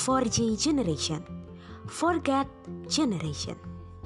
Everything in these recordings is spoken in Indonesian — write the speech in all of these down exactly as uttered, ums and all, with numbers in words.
four G generation, forget generation.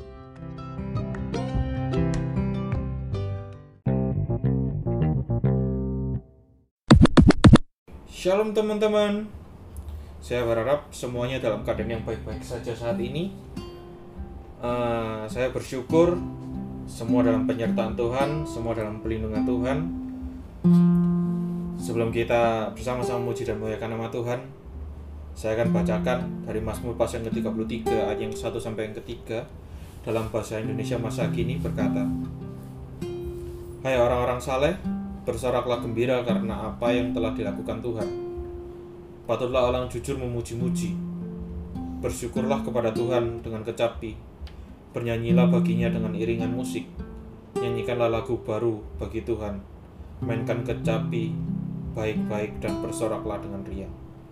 Shalom teman-teman, saya berharap semuanya dalam keadaan yang baik-baik saja saat ini. uh, Saya bersyukur semua dalam penyertaan Tuhan, semua dalam pelindungan Tuhan. Sebelum kita bersama-sama memuji dan memuliakan nama Tuhan, saya akan bacakan dari Mazmur pasal yang ke tiga puluh tiga ayat yang satu sampai yang ketiga dalam bahasa Indonesia masa kini berkata, Hai orang-orang saleh, bersoraklah gembira karena apa yang telah dilakukan Tuhan. Patutlah orang jujur memuji-muji. Bersyukurlah kepada Tuhan dengan kecapi. Bernyanyilah baginya dengan iringan musik. Nyanyikanlah lagu baru bagi Tuhan. Mainkan kecapi baik-baik dan bersoraklah dengan riang.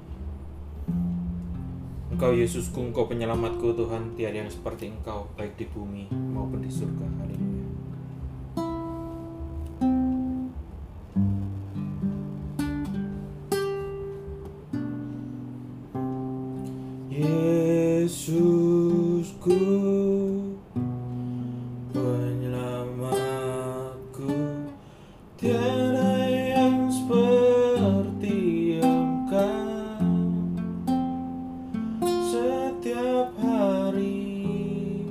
Engkau Yesusku, Engkau penyelamatku Tuhan, tiada yang seperti Engkau, baik di bumi maupun di surga. Haleluya. Yesusku, penyelamatku, tiada yang seperti Engkau. Setiap hari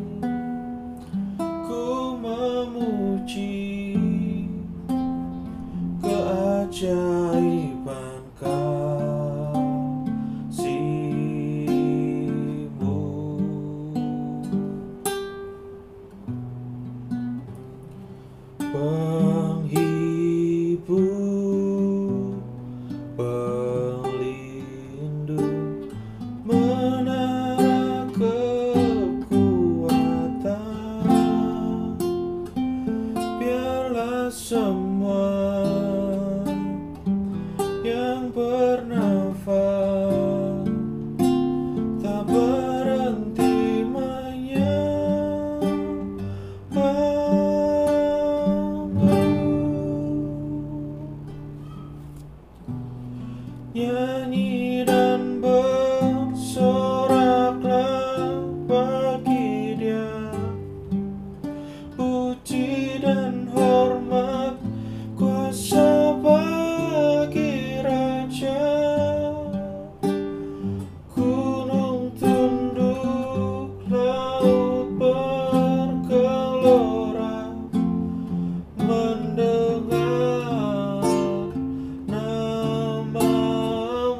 ku memuji keajaiban penghibur, pelindung, menara kekuatan. Biarlah semua yang bernafas tak berhenti menyembah. Nyanyi dan bersoraklah bagi Dia, puji dan hormat kuasa bagi Raja. Gunung tunduk, laut bergelora, mendengar nama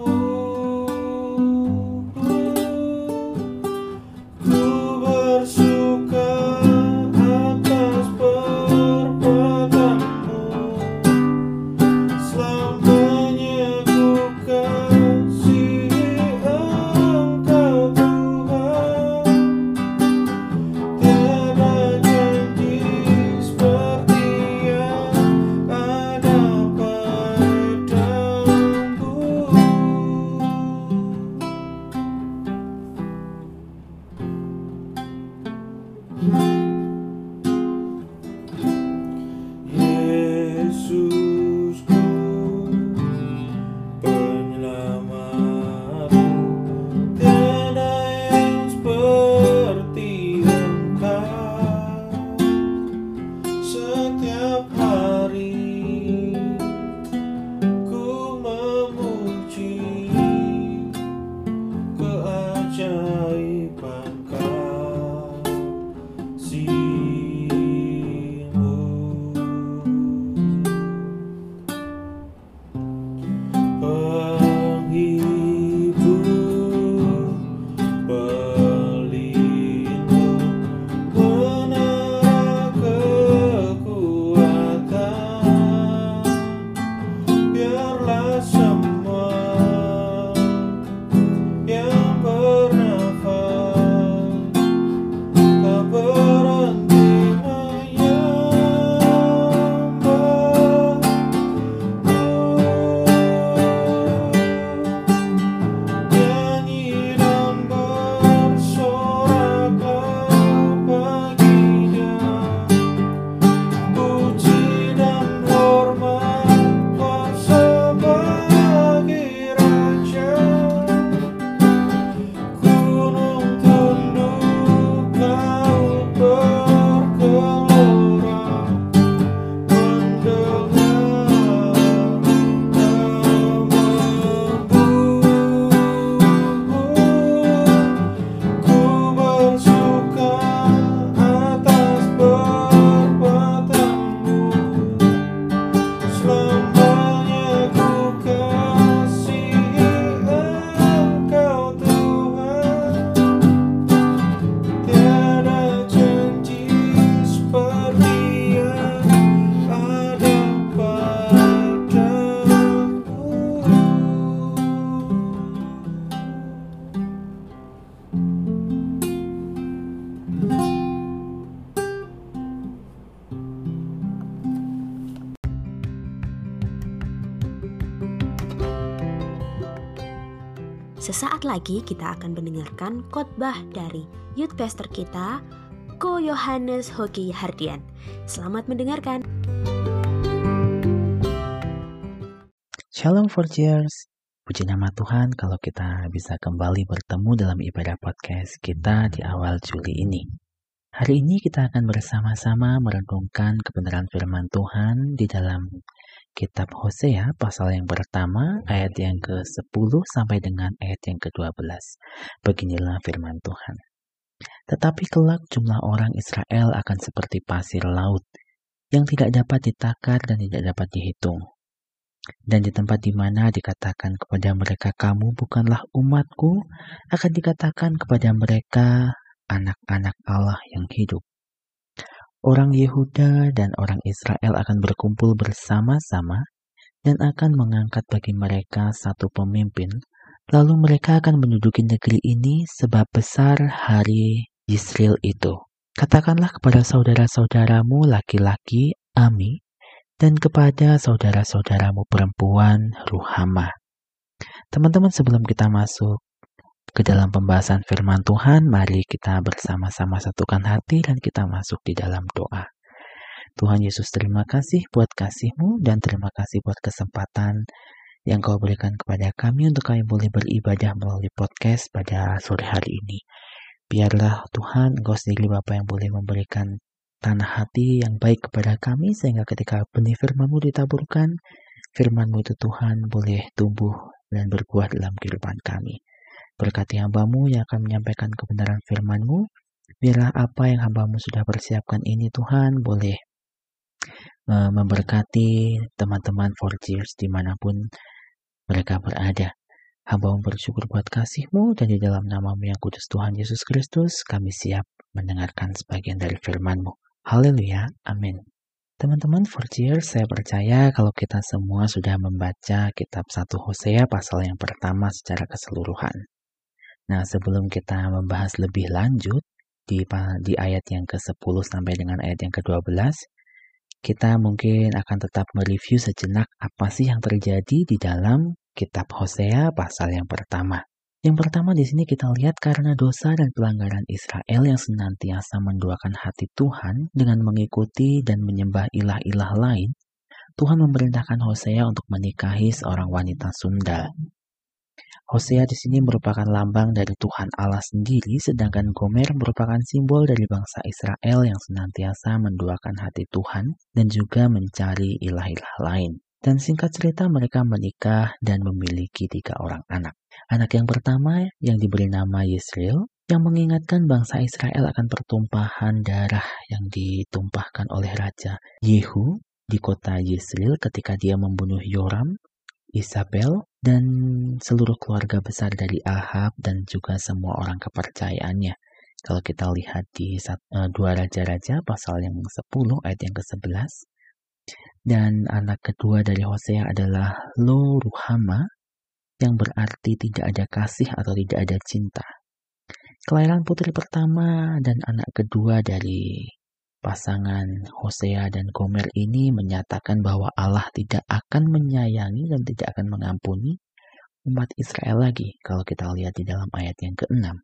Sesaat lagi kita akan mendengarkan khotbah dari Youth Pastor kita, Ko Yohanes Hoki Hardian. Selamat mendengarkan. Shalom for Cheers. Puji nama Tuhan kalau kita bisa kembali bertemu dalam ibadah podcast kita di awal Juli ini. Hari ini kita akan bersama-sama merenungkan kebenaran firman Tuhan di dalam Kitab Hosea pasal yang pertama ayat yang ke sepuluh sampai dengan ayat yang ke dua belas. Beginilah firman Tuhan. Tetapi kelak jumlah orang Israel akan seperti pasir laut yang tidak dapat ditakar dan tidak dapat dihitung. Dan di tempat di mana dikatakan kepada mereka kamu bukanlah umatku, akan dikatakan kepada mereka anak-anak Allah yang hidup. Orang Yehuda dan orang Israel akan berkumpul bersama-sama dan akan mengangkat bagi mereka satu pemimpin. Lalu mereka akan menduduki negeri ini sebab besar hari Yisrael itu. Katakanlah kepada saudara-saudaramu laki-laki, Ami, dan kepada saudara-saudaramu perempuan, Ruhama. Teman-teman, sebelum kita masuk ke dalam pembahasan firman Tuhan, mari kita bersama-sama satukan hati dan kita masuk di dalam doa. Tuhan Yesus, terima kasih buat kasih-Mu dan terima kasih buat kesempatan yang Kau berikan kepada kami untuk kami boleh beribadah melalui podcast pada sore hari ini. Biarlah Tuhan, Engkau sendiri Bapa yang boleh memberikan tanah hati yang baik kepada kami, sehingga ketika benih firman-Mu ditaburkan, firman-Mu itu Tuhan boleh tumbuh dan berbuah dalam kehidupan kami. Berkati hamba-Mu yang akan menyampaikan kebenaran firman-Mu. Biarlah apa yang hamba-Mu sudah persiapkan ini Tuhan boleh uh, memberkati teman-teman for Cheers dimanapun mereka berada. Hamba-Mu bersyukur buat kasih-Mu, dan di dalam nama-Mu yang kudus Tuhan Yesus Kristus kami siap mendengarkan sebagian dari firman-Mu. Haleluya, amin. Teman-teman for Cheers, saya percaya kalau kita semua sudah membaca kitab satu Hosea pasal yang pertama secara keseluruhan. Nah, sebelum kita membahas lebih lanjut di, di ayat yang ke sepuluh sampai dengan ayat yang ke dua belas, kita mungkin akan tetap mereview sejenak apa sih yang terjadi di dalam kitab Hosea pasal yang pertama. Yang pertama di sini kita lihat karena dosa dan pelanggaran Israel yang senantiasa menduakan hati Tuhan dengan mengikuti dan menyembah ilah-ilah lain, Tuhan memerintahkan Hosea untuk menikahi seorang wanita sundal. Hosea di sini merupakan lambang dari Tuhan Allah sendiri, sedangkan Gomer merupakan simbol dari bangsa Israel yang senantiasa menduakan hati Tuhan dan juga mencari ilah-ilah lain. Dan singkat cerita mereka menikah dan memiliki tiga orang anak. Anak yang pertama yang diberi nama Yisrael, yang mengingatkan bangsa Israel akan pertumpahan darah yang ditumpahkan oleh Raja Yehu di kota Yisrael ketika dia membunuh Yoram, Isabel, dan seluruh keluarga besar dari Ahab dan juga semua orang kepercayaannya. Kalau kita lihat di dua Raja-Raja pasal yang sepuluh ayat yang ke sebelas. Dan anak kedua dari Hosea adalah Lo Ruhama, yang berarti tidak ada kasih atau tidak ada cinta. Kelahiran putri pertama dan anak kedua dari pasangan Hosea dan Gomer ini menyatakan bahwa Allah tidak akan menyayangi dan tidak akan mengampuni umat Israel lagi, kalau kita lihat di dalam ayat yang keenam.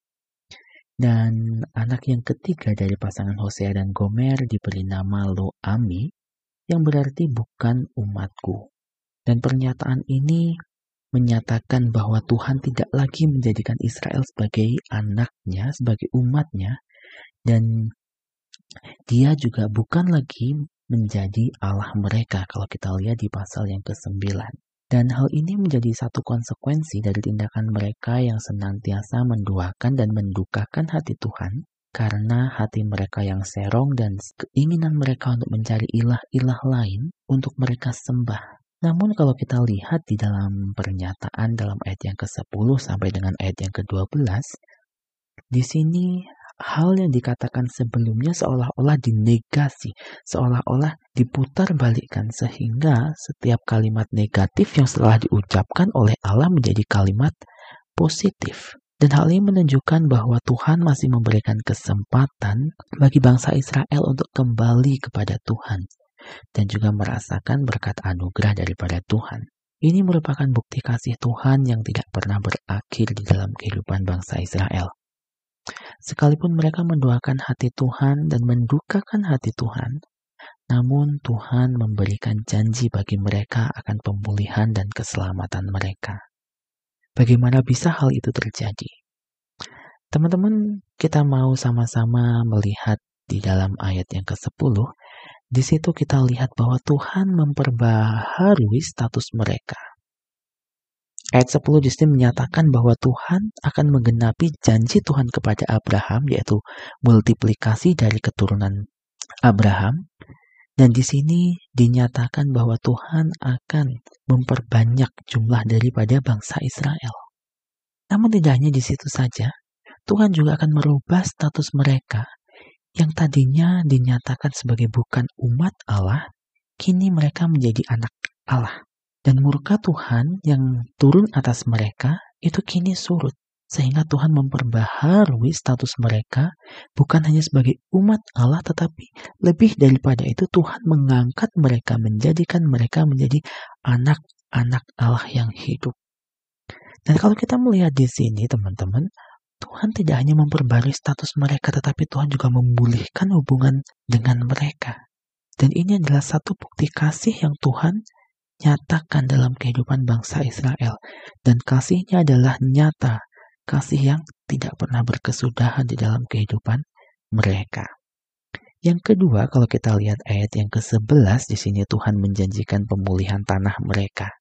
Dan anak yang ketiga dari pasangan Hosea dan Gomer diberi nama Lo Ami, yang berarti bukan umatku. Dan pernyataan ini menyatakan bahwa Tuhan tidak lagi menjadikan Israel sebagai anaknya, sebagai umatnya, dan Dia juga bukan lagi menjadi Allah mereka kalau kita lihat di pasal yang kesembilan. Dan hal ini menjadi satu konsekuensi dari tindakan mereka yang senantiasa menduakan dan mendukakan hati Tuhan, karena hati mereka yang serong dan keinginan mereka untuk mencari ilah-ilah lain untuk mereka sembah. Namun kalau kita lihat di dalam pernyataan dalam ayat yang ke sepuluh sampai dengan ayat yang ke dua belas, di sini hal yang dikatakan sebelumnya seolah-olah dinegasi, seolah-olah diputar balikkan, sehingga setiap kalimat negatif yang setelah diucapkan oleh Allah menjadi kalimat positif. Dan hal ini menunjukkan bahwa Tuhan masih memberikan kesempatan bagi bangsa Israel untuk kembali kepada Tuhan dan juga merasakan berkat anugerah daripada Tuhan. Ini merupakan bukti kasih Tuhan yang tidak pernah berakhir di dalam kehidupan bangsa Israel. Sekalipun mereka mendoakan hati Tuhan dan mendukakan hati Tuhan, namun Tuhan memberikan janji bagi mereka akan pemulihan dan keselamatan mereka. Bagaimana bisa hal itu terjadi? Teman-teman, kita mau sama-sama melihat di dalam ayat yang kesepuluh. Di situ kita lihat bahwa Tuhan memperbaharui status mereka. Ayat sepuluh di sini menyatakan bahwa Tuhan akan menggenapi janji Tuhan kepada Abraham, yaitu multiplikasi dari keturunan Abraham. Dan di sini dinyatakan bahwa Tuhan akan memperbanyak jumlah daripada bangsa Israel. Namun tidak hanya di situ saja, Tuhan juga akan merubah status mereka yang tadinya dinyatakan sebagai bukan umat Allah, kini mereka menjadi anak Allah. Dan murka Tuhan yang turun atas mereka itu kini surut. Sehingga Tuhan memperbaharui status mereka bukan hanya sebagai umat Allah, tetapi lebih daripada itu Tuhan mengangkat mereka, menjadikan mereka menjadi anak-anak Allah yang hidup. Dan kalau kita melihat di sini teman-teman, Tuhan tidak hanya memperbarui status mereka, tetapi Tuhan juga memulihkan hubungan dengan mereka. Dan ini adalah satu bukti kasih yang Tuhan nyatakan dalam kehidupan bangsa Israel. Dan kasihnya adalah nyata, kasih yang tidak pernah berkesudahan di dalam kehidupan mereka. Yang kedua, kalau kita lihat ayat yang kesebelas, di sini Tuhan menjanjikan pemulihan tanah mereka.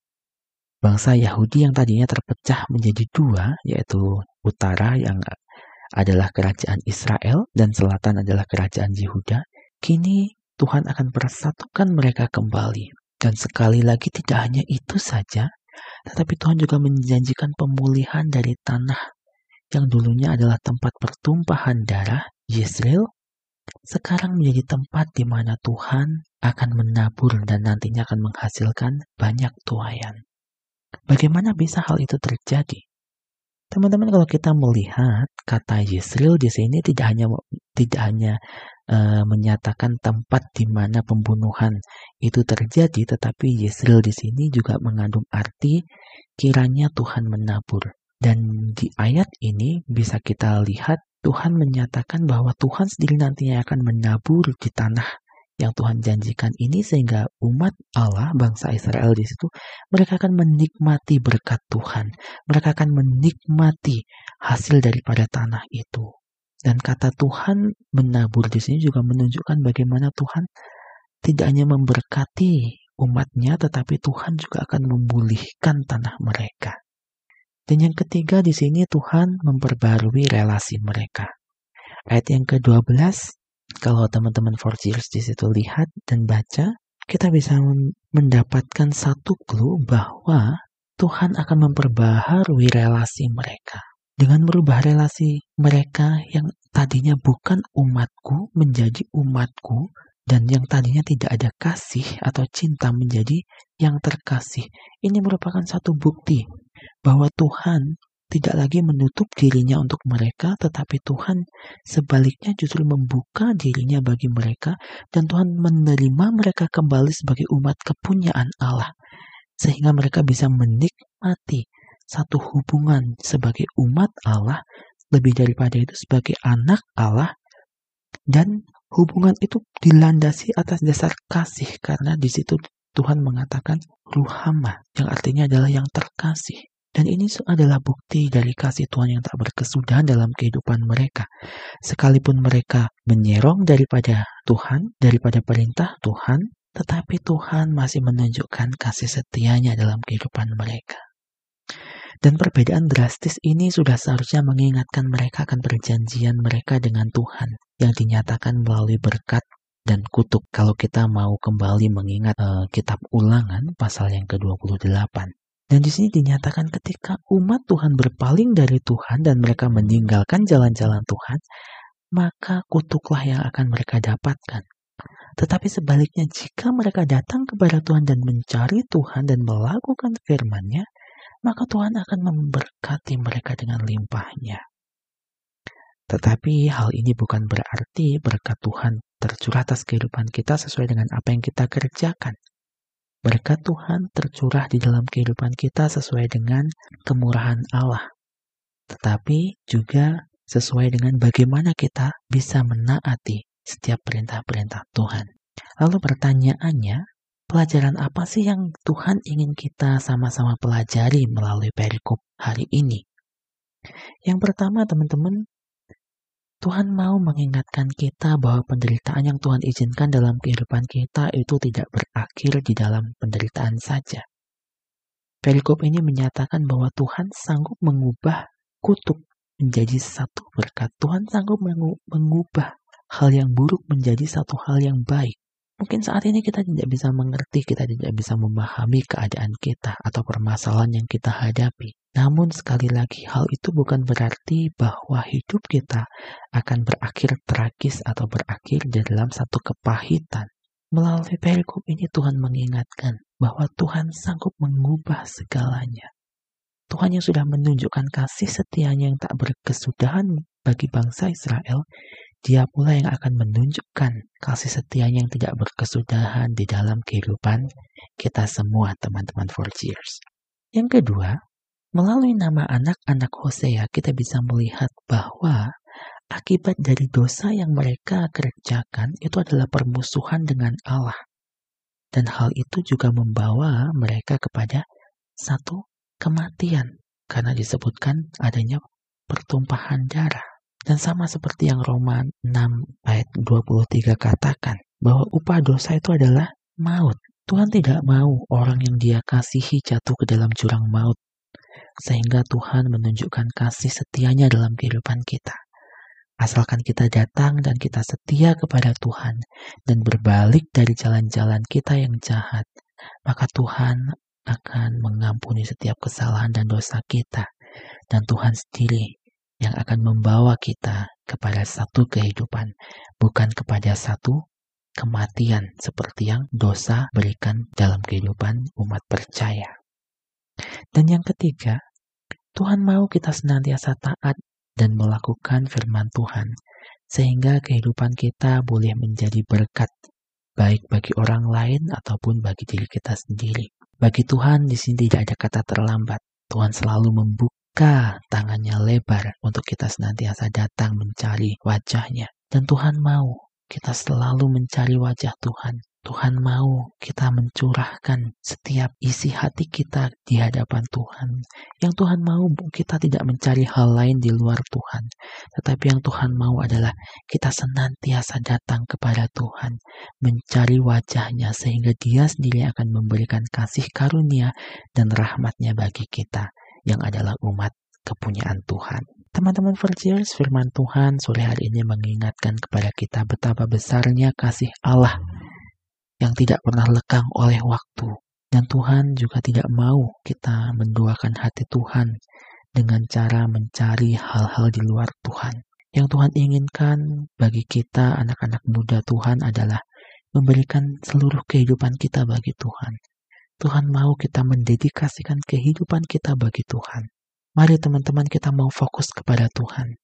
Bangsa Yahudi yang tadinya terpecah menjadi dua, yaitu utara yang adalah kerajaan Israel dan selatan adalah kerajaan Yehuda, kini Tuhan akan persatukan mereka kembali. Dan sekali lagi tidak hanya itu saja, tetapi Tuhan juga menjanjikan pemulihan dari tanah yang dulunya adalah tempat pertumpahan darah, Yesreel, sekarang menjadi tempat di mana Tuhan akan menabur dan nantinya akan menghasilkan banyak tuaian. Bagaimana bisa hal itu terjadi? Teman-teman, kalau kita melihat kata Yesreel di sini tidak hanya tidak hanya uh, menyatakan tempat di mana pembunuhan itu terjadi, tetapi Yesreel di sini juga mengandung arti kiranya Tuhan menabur. Dan di ayat ini bisa kita lihat Tuhan menyatakan bahwa Tuhan sendiri nantinya akan menabur di tanah yang Tuhan janjikan ini, sehingga umat Allah, bangsa Israel di situ, mereka akan menikmati berkat Tuhan. Mereka akan menikmati hasil daripada tanah itu. Dan kata Tuhan menabur di sini juga menunjukkan bagaimana Tuhan tidak hanya memberkati umatnya, tetapi Tuhan juga akan memulihkan tanah mereka. Dan yang ketiga di sini Tuhan memperbarui relasi mereka. Ayat yang kedua belas, kalau teman-teman Forgeers di situ lihat dan baca, kita bisa mendapatkan satu clue bahwa Tuhan akan memperbaharui relasi mereka. Dengan merubah relasi mereka yang tadinya bukan umatku menjadi umatku, dan yang tadinya tidak ada kasih atau cinta menjadi yang terkasih. Ini merupakan satu bukti bahwa Tuhan tidak lagi menutup dirinya untuk mereka, tetapi Tuhan sebaliknya justru membuka dirinya bagi mereka, dan Tuhan menerima mereka kembali sebagai umat kepunyaan Allah, sehingga mereka bisa menikmati satu hubungan sebagai umat Allah, lebih daripada itu sebagai anak Allah, dan hubungan itu dilandasi atas dasar kasih, karena di situ Tuhan mengatakan ruhama, yang artinya adalah yang terkasih. Dan ini adalah bukti dari kasih Tuhan yang tak berkesudahan dalam kehidupan mereka. Sekalipun mereka menyerong daripada Tuhan, daripada perintah Tuhan, tetapi Tuhan masih menunjukkan kasih setianya dalam kehidupan mereka. Dan perbedaan drastis ini sudah seharusnya mengingatkan mereka akan perjanjian mereka dengan Tuhan yang dinyatakan melalui berkat dan kutuk. Kalau kita mau kembali mengingat uh, kitab Ulangan pasal yang ke dua puluh delapan. Dan di sini dinyatakan ketika umat Tuhan berpaling dari Tuhan dan mereka meninggalkan jalan-jalan Tuhan, maka kutuklah yang akan mereka dapatkan. Tetapi sebaliknya, jika mereka datang kepada Tuhan dan mencari Tuhan dan melakukan firman-Nya, maka Tuhan akan memberkati mereka dengan limpahnya. Tetapi hal ini bukan berarti berkat Tuhan tercurah atas kehidupan kita sesuai dengan apa yang kita kerjakan. Berkat Tuhan tercurah di dalam kehidupan kita sesuai dengan kemurahan Allah, tetapi juga sesuai dengan bagaimana kita bisa menaati setiap perintah-perintah Tuhan. Lalu pertanyaannya, pelajaran apa sih yang Tuhan ingin kita sama-sama pelajari melalui perikop hari ini? Yang pertama, teman-teman, Tuhan mau mengingatkan kita bahwa penderitaan yang Tuhan izinkan dalam kehidupan kita itu tidak berakhir di dalam penderitaan saja. Perikop ini menyatakan bahwa Tuhan sanggup mengubah kutuk menjadi satu berkat. Tuhan sanggup mengubah hal yang buruk menjadi satu hal yang baik. Mungkin saat ini kita tidak bisa mengerti, kita tidak bisa memahami keadaan kita atau permasalahan yang kita hadapi. Namun sekali lagi, hal itu bukan berarti bahwa hidup kita akan berakhir tragis atau berakhir di dalam satu kepahitan. Melalui perikop ini Tuhan mengingatkan bahwa Tuhan sanggup mengubah segalanya. Tuhan yang sudah menunjukkan kasih setianya yang tak berkesudahan bagi bangsa Israel, Dia pula yang akan menunjukkan kasih setianya yang tidak berkesudahan di dalam kehidupan kita semua, teman-teman four Cheers. Yang kedua, melalui nama anak-anak Hosea kita bisa melihat bahwa akibat dari dosa yang mereka kerjakan itu adalah permusuhan dengan Allah. Dan hal itu juga membawa mereka kepada satu kematian, karena disebutkan adanya pertumpahan darah. Dan sama seperti yang Roma enam ayat dua puluh tiga katakan, bahwa upah dosa itu adalah maut. Tuhan tidak mau orang yang Dia kasihi jatuh ke dalam jurang maut, sehingga Tuhan menunjukkan kasih setianya dalam kehidupan kita. Asalkan kita datang dan kita setia kepada Tuhan dan berbalik dari jalan-jalan kita yang jahat, maka Tuhan akan mengampuni setiap kesalahan dan dosa kita. Dan Tuhan sendiri yang akan membawa kita kepada satu kehidupan, bukan kepada satu kematian seperti yang dosa berikan dalam kehidupan umat percaya. Dan yang ketiga, Tuhan mau kita senantiasa taat dan melakukan firman Tuhan, sehingga kehidupan kita boleh menjadi berkat, baik bagi orang lain ataupun bagi diri kita sendiri. Bagi Tuhan di sini tidak ada kata terlambat. Tuhan selalu membuka tangannya lebar untuk kita senantiasa datang mencari wajahnya. Dan Tuhan mau kita selalu mencari wajah Tuhan. Tuhan mau kita mencurahkan setiap isi hati kita di hadapan Tuhan. Yang Tuhan mau kita tidak mencari hal lain di luar Tuhan. Tetapi yang Tuhan mau adalah kita senantiasa datang kepada Tuhan, mencari wajahnya sehingga Dia sendiri akan memberikan kasih karunia dan rahmatnya bagi kita yang adalah umat kepunyaan Tuhan. Teman-teman four Cheers, firman Tuhan sore hari ini mengingatkan kepada kita betapa besarnya kasih Allah yang tidak pernah lekang oleh waktu. Dan Tuhan juga tidak mau kita menduakan hati Tuhan dengan cara mencari hal-hal di luar Tuhan. Yang Tuhan inginkan bagi kita anak-anak muda Tuhan adalah memberikan seluruh kehidupan kita bagi Tuhan. Tuhan mau kita mendedikasikan kehidupan kita bagi Tuhan. Mari teman-teman kita mau fokus kepada Tuhan.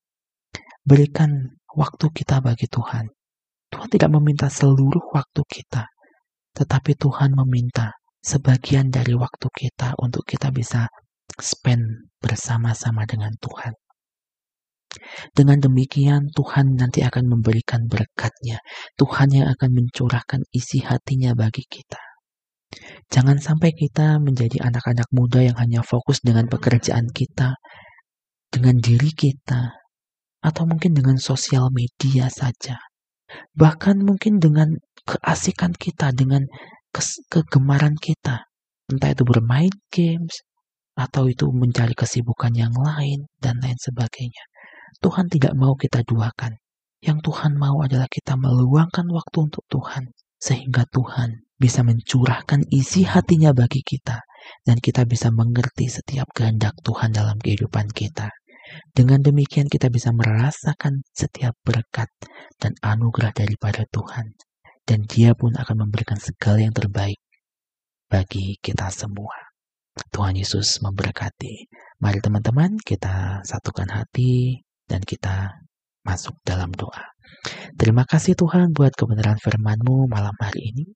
Berikan waktu kita bagi Tuhan. Tuhan tidak meminta seluruh waktu kita, tetapi Tuhan meminta sebagian dari waktu kita untuk kita bisa spend bersama-sama dengan Tuhan. Dengan demikian Tuhan nanti akan memberikan berkat-Nya. Tuhan yang akan mencurahkan isi hatinya bagi kita. Jangan sampai kita menjadi anak-anak muda yang hanya fokus dengan pekerjaan kita, dengan diri kita, atau mungkin dengan sosial media saja. Bahkan mungkin dengan keasikan kita, dengan kegemaran kita. Entah itu bermain games, atau itu mencari kesibukan yang lain, dan lain sebagainya. Tuhan tidak mau kita duakan. Yang Tuhan mau adalah kita meluangkan waktu untuk Tuhan, sehingga Tuhan bisa mencurahkan isi hatinya bagi kita, dan kita bisa mengerti setiap kehendak Tuhan dalam kehidupan kita. Dengan demikian kita bisa merasakan setiap berkat dan anugerah daripada Tuhan. Dan Dia pun akan memberikan segala yang terbaik bagi kita semua. Tuhan Yesus memberkati. Mari teman-teman kita satukan hati dan kita masuk dalam doa. Terima kasih Tuhan buat kebenaran firman-Mu malam hari ini.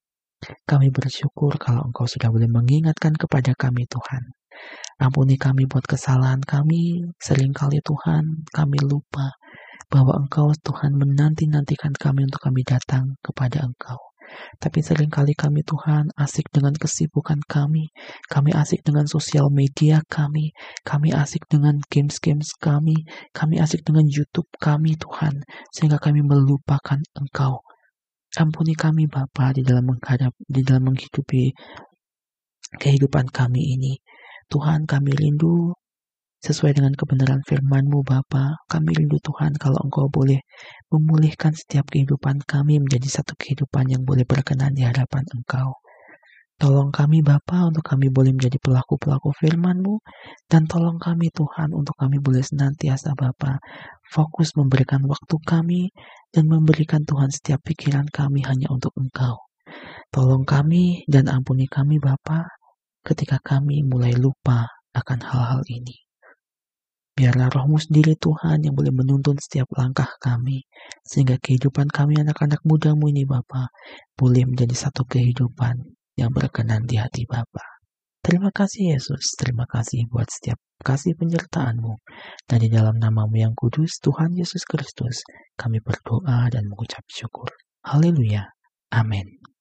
Kami bersyukur kalau Engkau sudah boleh mengingatkan kepada kami Tuhan. Ampuni kami buat kesalahan kami, seringkali Tuhan kami lupa bahwa Engkau Tuhan menanti-nantikan kami untuk kami datang kepada Engkau. Tapi seringkali kami Tuhan asik dengan kesibukan kami, kami asik dengan sosial media kami, kami asik dengan games-games kami, kami asik dengan YouTube kami Tuhan, sehingga kami melupakan Engkau. Ampuni kami Bapa di dalam menghadap, di dalam menghidupi kehidupan kami ini. Tuhan, kami rindu sesuai dengan kebenaran firman-Mu Bapa. Kami rindu Tuhan kalau Engkau boleh memulihkan setiap kehidupan kami menjadi satu kehidupan yang boleh berkenan di hadapan Engkau. Tolong kami Bapa untuk kami boleh menjadi pelaku-pelaku firman-Mu, dan tolong kami Tuhan untuk kami boleh senantiasa Bapa fokus memberikan waktu kami dan memberikan Tuhan setiap pikiran kami hanya untuk Engkau. Tolong kami dan ampuni kami Bapa ketika kami mulai lupa akan hal-hal ini. Biarlah Roh-Mu sendiri Tuhan yang boleh menuntun setiap langkah kami, sehingga kehidupan kami anak-anak muda-Mu ini Bapa boleh menjadi satu kehidupan yang berkenan di hati Bapa. Terima kasih Yesus, terima kasih buat setiap kasih penyertaan-Mu. Dan di dalam nama-Mu yang kudus, Tuhan Yesus Kristus, kami berdoa dan mengucap syukur. Haleluya. Amin.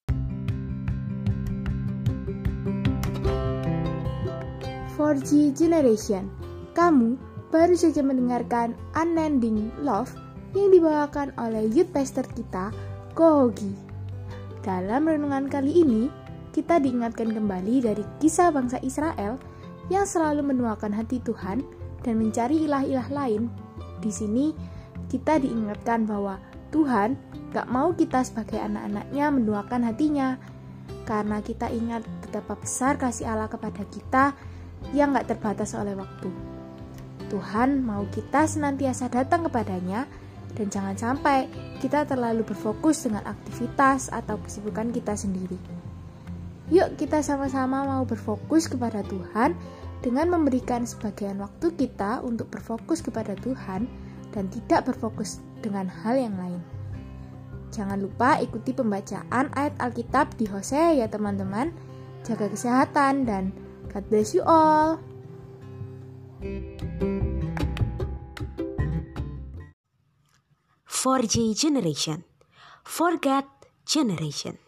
four G Generation. Kamu baru saja mendengarkan Unending Love yang dibawakan oleh youth pastor kita, Ko Hogi. Dalam renungan kali ini, kita diingatkan kembali dari kisah bangsa Israel yang selalu menuakan hati Tuhan dan mencari ilah-ilah lain. Di sini, kita diingatkan bahwa Tuhan gak mau kita sebagai anak-anaknya menuakan hatinya, karena kita ingat betapa besar kasih Allah kepada kita yang gak terbatas oleh waktu. Tuhan mau kita senantiasa datang kepadanya, dan jangan sampai kita terlalu berfokus dengan aktivitas atau kesibukan kita sendiri. Yuk kita sama-sama mau berfokus kepada Tuhan dengan memberikan sebagian waktu kita untuk berfokus kepada Tuhan dan tidak berfokus dengan hal yang lain. Jangan lupa ikuti pembacaan ayat Alkitab di Hosea ya teman-teman. Jaga kesehatan dan God bless you all. four G Generation, Forget Generation.